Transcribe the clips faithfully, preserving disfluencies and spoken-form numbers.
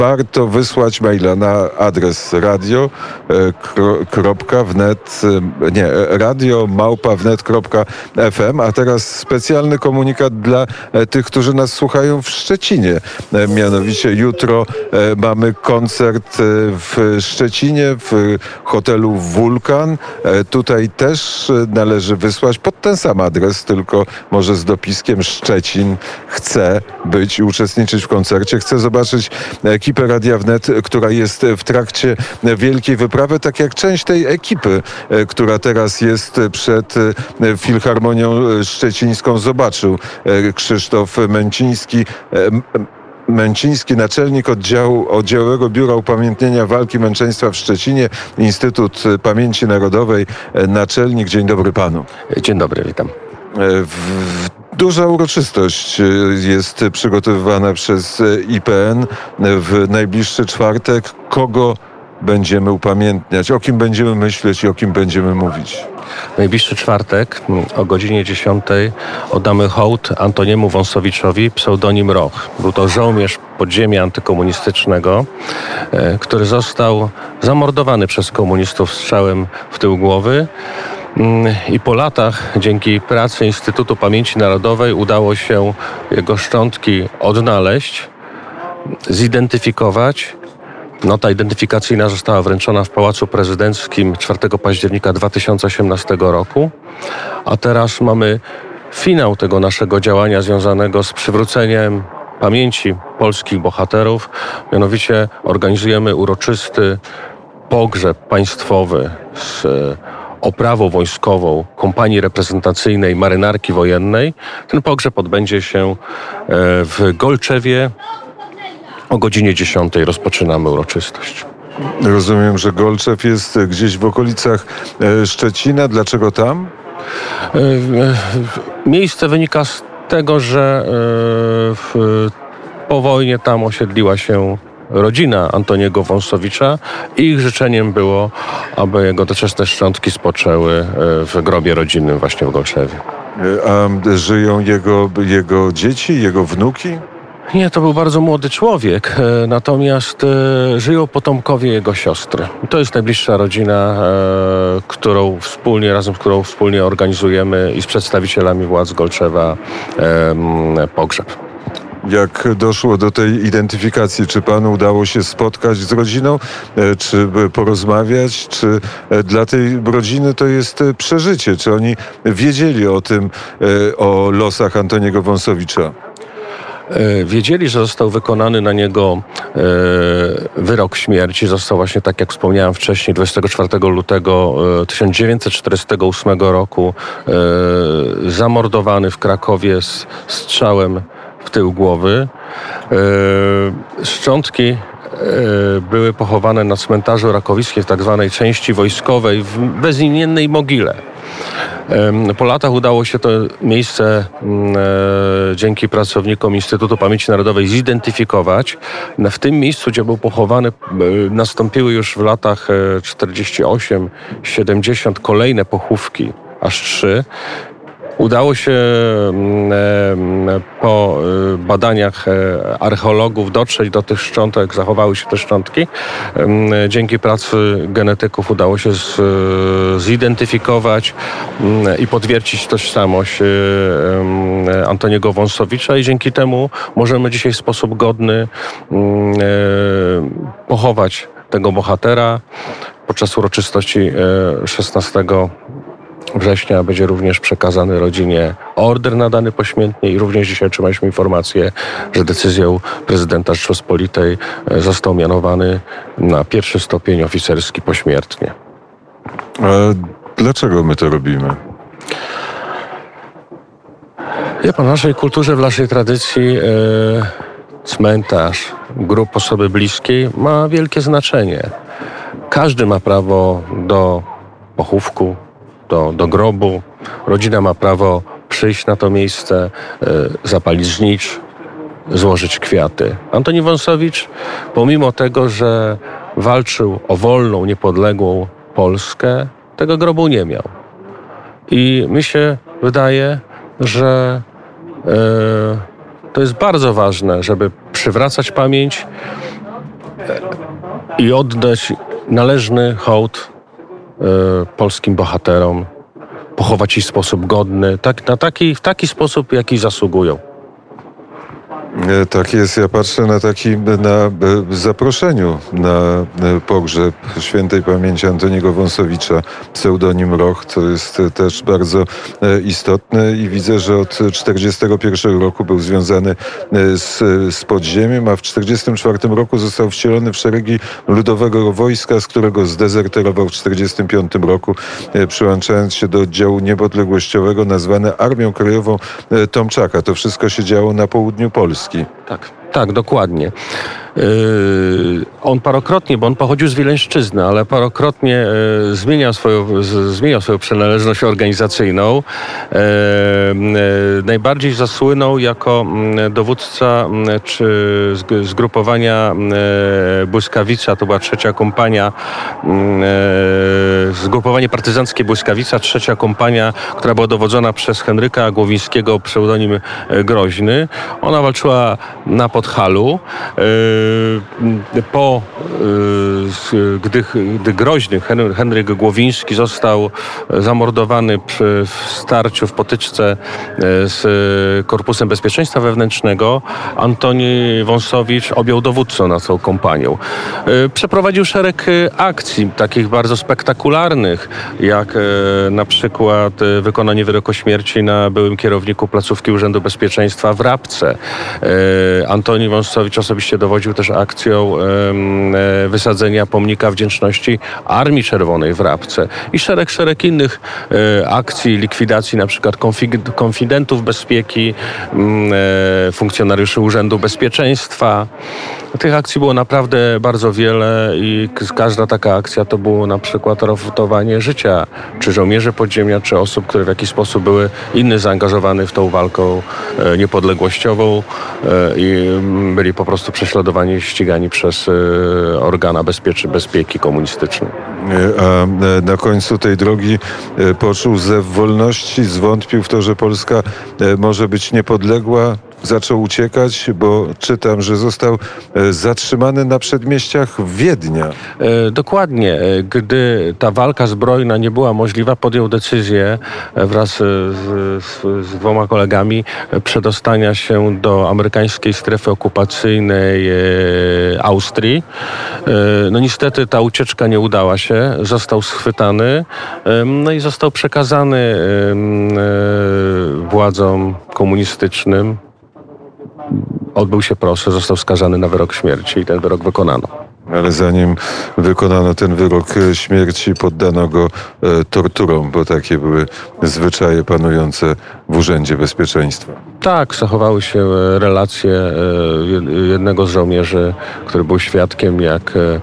warto wysłać maila na adres radio kropka wnet, nie, radio małpa wnet kropka f m, a teraz specjalny komunikat dla tych, którzy nas słuchają w Szczecinie. Mianowicie jutro mamy koncert w Szczecinie w hotelu Wulkan. Tutaj też należy wysłać pod ten sam adres, tylko może z dopiskiem Szczecin. Chce być i uczestniczyć w koncercie. Chce zobaczyć ekipę Radia Wnet, która jest w trakcie wielkiej wyprawy, tak jak część tej ekipy, która teraz jest przed Filharmonią Szczecińską. Zobaczył Krzysztof Męciński. Męciński, naczelnik oddziału, oddziałowego Biura Upamiętnienia Walki Męczeństwa w Szczecinie, Instytut Pamięci Narodowej, naczelnik. Dzień dobry panu. Dzień dobry, witam. W, Duża uroczystość jest przygotowywana przez I P N w najbliższy czwartek. Kogo będziemy upamiętniać? O kim będziemy myśleć i o kim będziemy mówić? Najbliższy czwartek o godzinie dziesiątej oddamy hołd Antoniemu Wąsowiczowi, pseudonim Roch. Był to żołnierz podziemia antykomunistycznego, który został zamordowany przez komunistów strzałem w tył głowy. I po latach, dzięki pracy Instytutu Pamięci Narodowej, udało się jego szczątki odnaleźć, zidentyfikować. Nota identyfikacyjna została wręczona w Pałacu Prezydenckim czwartego października dwa tysiące osiemnastego roku, a teraz mamy finał tego naszego działania związanego z przywróceniem pamięci polskich bohaterów. Mianowicie organizujemy uroczysty pogrzeb państwowy z oprawą wojskową kompanii reprezentacyjnej Marynarki Wojennej. Ten pogrzeb odbędzie się w Golczewie. O godzinie dziesiątej rozpoczynamy uroczystość. Rozumiem, że Golczew jest gdzieś w okolicach Szczecina. Dlaczego tam? Miejsce wynika z tego, że po wojnie tam osiedliła się rodzina Antoniego Wąsowicza i ich życzeniem było, aby jego doczesne szczątki spoczęły w grobie rodzinnym właśnie w Golczewie. A żyją jego, jego dzieci, jego wnuki? Nie, to był bardzo młody człowiek, natomiast e, żyją potomkowie jego siostry. To jest najbliższa rodzina, e, którą wspólnie, razem z którą wspólnie organizujemy i z przedstawicielami władz Golczewa e, pogrzeb. Jak doszło do tej identyfikacji? Czy panu udało się spotkać z rodziną? Czy porozmawiać? Czy dla tej rodziny to jest przeżycie? Czy oni wiedzieli o tym, o losach Antoniego Wąsowicza? Wiedzieli, że został wykonany na niego wyrok śmierci. Został właśnie, tak jak wspomniałem wcześniej, dwudziestego czwartego lutego tysiąc dziewięćset czterdziestego ósmego roku zamordowany w Krakowie z strzałem w tył głowy. Szczątki były pochowane na cmentarzu Rakowiskiem w tak zwanej części wojskowej w bezimiennej mogile. Po latach udało się to miejsce e, dzięki pracownikom Instytutu Pamięci Narodowej zidentyfikować. W tym miejscu, gdzie był pochowany, e, nastąpiły już w latach czterdziestym ósmym siedemdziesiąt kolejne pochówki, aż trzy. Udało się po badaniach archeologów dotrzeć do tych szczątek, zachowały się te szczątki. Dzięki pracy genetyków udało się zidentyfikować i potwierdzić tożsamość Antoniego Wąsowicza i dzięki temu możemy dzisiaj w sposób godny pochować tego bohatera. Podczas uroczystości szesnastego września będzie również przekazany rodzinie order nadany pośmiertnie i również dzisiaj otrzymaliśmy informację, że decyzją prezydenta Rzeczypospolitej został mianowany na pierwszy stopień oficerski pośmiertnie. A dlaczego my to robimy? Wie pan, w naszej kulturze, w naszej tradycji e, cmentarz, grób osoby bliskiej ma wielkie znaczenie. Każdy ma prawo do pochówku, Do, do grobu. Rodzina ma prawo przyjść na to miejsce, y, zapalić znicz, złożyć kwiaty. Antoni Wąsowicz, pomimo tego, że walczył o wolną, niepodległą Polskę, tego grobu nie miał. I mi się wydaje, że y, to jest bardzo ważne, żeby przywracać pamięć i oddać należny hołd polskim bohaterom, pochować ich w sposób godny, tak, na taki, w taki sposób, jaki zasługują. Tak jest, ja patrzę na taki, na zaproszeniu na pogrzeb świętej pamięci Antoniego Wąsowicza, pseudonim Roch, co jest też bardzo istotne i widzę, że od czterdziestego pierwszego roku był związany z, z podziemiem, a w czterdziestym czwartym roku został wcielony w szeregi Ludowego Wojska, z którego zdezerterował w czterdziestym piątym roku, przyłączając się do oddziału niepodległościowego nazwane Armią Krajową Tomczaka. To wszystko się działo na południu Polski. Tak, tak, dokładnie. Yy, on parokrotnie, bo on pochodził z Wileńszczyzny, ale parokrotnie yy, zmieniał, swoją, z, zmieniał swoją przynależność organizacyjną. Yy, yy, najbardziej zasłynął jako yy, dowódca yy, czy z, zgrupowania yy, Błyskawica, to była trzecia kompania, yy, zgrupowanie partyzanckie Błyskawica, trzecia kompania, która była dowodzona przez Henryka Głowińskiego, pseudonim Groźny. Ona walczyła na Podhalu. Yy, Po, gdy, gdy Groźny, Henryk Głowiński został zamordowany przy, w starciu, w potyczce z Korpusem Bezpieczeństwa Wewnętrznego, Antoni Wąsowicz objął dowódcą nad tą kompanią. Przeprowadził szereg akcji, takich bardzo spektakularnych, jak na przykład wykonanie wyroku śmierci na byłym kierowniku placówki Urzędu Bezpieczeństwa w Rabce. Antoni Wąsowicz osobiście dowodził też akcją e, wysadzenia pomnika wdzięczności Armii Czerwonej w Rabce i szereg, szereg innych e, akcji, likwidacji na przykład konfig- konfidentów bezpieki, e, funkcjonariuszy Urzędu Bezpieczeństwa. Tych akcji było naprawdę bardzo wiele i każda taka akcja to było na przykład ratowanie życia czy żołnierzy podziemia, czy osób, które w jakiś sposób były inny zaangażowane w tą walką e, niepodległościową e, i byli po prostu prześladowani, ścigani przez e, organa bezpieczy, bezpieki komunistycznej. A na końcu tej drogi poczuł zew wolności, zwątpił w to, że Polska może być niepodległa. Zaczął uciekać, bo czytam, że został zatrzymany na przedmieściach Wiednia. E, dokładnie. Gdy ta walka zbrojna nie była możliwa, podjął decyzję wraz z, z, z dwoma kolegami przedostania się do amerykańskiej strefy okupacyjnej e, Austrii. E, no niestety ta ucieczka nie udała się. Został schwytany, e, no i został przekazany e, e, władzom komunistycznym. Odbył się proces, został skazany na wyrok śmierci i ten wyrok wykonano. Ale zanim wykonano ten wyrok śmierci, poddano go e, torturom, bo takie były zwyczaje panujące w Urzędzie Bezpieczeństwa. Tak, zachowały się relacje e, jednego z żołnierzy, który był świadkiem, jak e,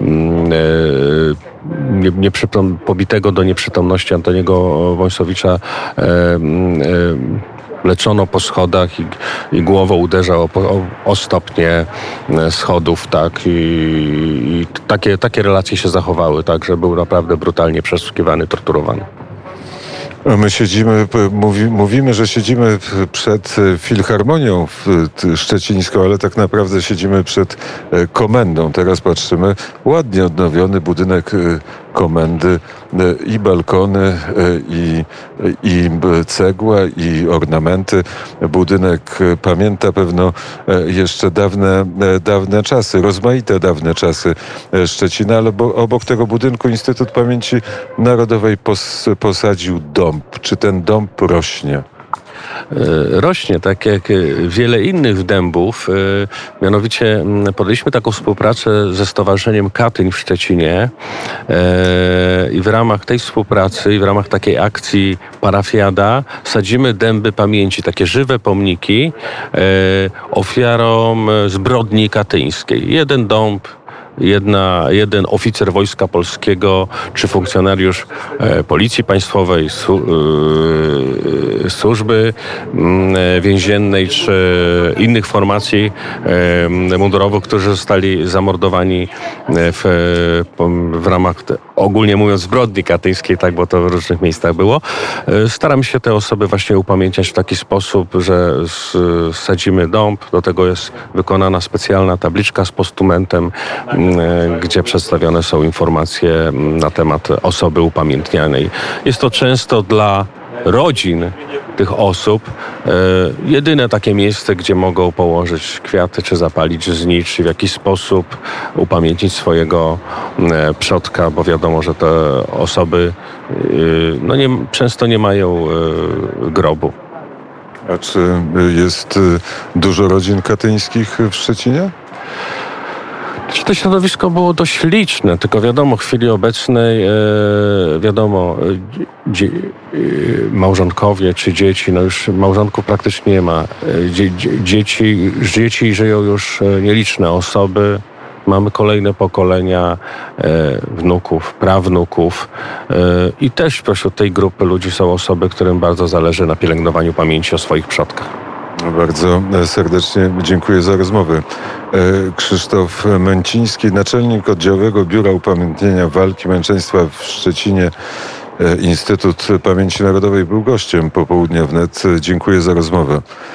nie, nieprzytom, pobitego do nieprzytomności Antoniego Wąsowicza e, e, leczono po schodach i, i głową uderzał o, o, o stopnie schodów, tak, i, i takie, takie relacje się zachowały, tak, że był naprawdę brutalnie przesłuchiwany, torturowany. A my siedzimy, mówi, mówimy, że siedzimy przed Filharmonią Szczecińską, ale tak naprawdę siedzimy przed komendą. Teraz patrzymy, ładnie odnowiony budynek komendy, i balkony, i, i cegła, i ornamenty. Budynek pamięta pewno jeszcze dawne, dawne czasy, rozmaite dawne czasy Szczecina, ale obok tego budynku Instytut Pamięci Narodowej pos, posadził dąb. Czy ten dąb rośnie? Rośnie, tak jak wiele innych dębów. Mianowicie podjęliśmy taką współpracę ze Stowarzyszeniem Katyń w Szczecinie i w ramach tej współpracy i w ramach takiej akcji Parafiada sadzimy dęby pamięci, takie żywe pomniki ofiarom zbrodni katyńskiej. Jeden dąb, Jedna, jeden oficer Wojska Polskiego, czy funkcjonariusz e, Policji Państwowej, su, e, służby e, więziennej, czy innych formacji e, mundurowych, którzy zostali zamordowani w, w ramach te, ogólnie mówiąc zbrodni katyńskiej, tak, bo to w różnych miejscach było. Staram się te osoby właśnie upamiętniać w taki sposób, że sadzimy dąb, do tego jest wykonana specjalna tabliczka z postumentem, gdzie przedstawione są informacje na temat osoby upamiętnianej. Jest to często dla rodzin tych osób e, jedyne takie miejsce, gdzie mogą położyć kwiaty, czy zapalić znicz, w jakiś sposób upamiętnić swojego e, przodka, bo wiadomo, że te osoby e, no nie, często nie mają e, grobu. A czy jest dużo rodzin katyńskich w Szczecinie? To środowisko było dość liczne, tylko wiadomo, w chwili obecnej, e, wiadomo, dzie, e, małżonkowie czy dzieci, no już małżonków praktycznie nie ma. Dzie, dzieci, dzieci żyją już nieliczne osoby. Mamy kolejne pokolenia e, wnuków, prawnuków e, i też pośród tej grupy ludzi są osoby, którym bardzo zależy na pielęgnowaniu pamięci o swoich przodkach. Bardzo serdecznie dziękuję za rozmowę. Krzysztof Męciński, naczelnik Oddziałowego Biura Upamiętnienia Walki Męczeństwa w Szczecinie, Instytut Pamięci Narodowej, był gościem Popołudnia wnet. Dziękuję za rozmowę.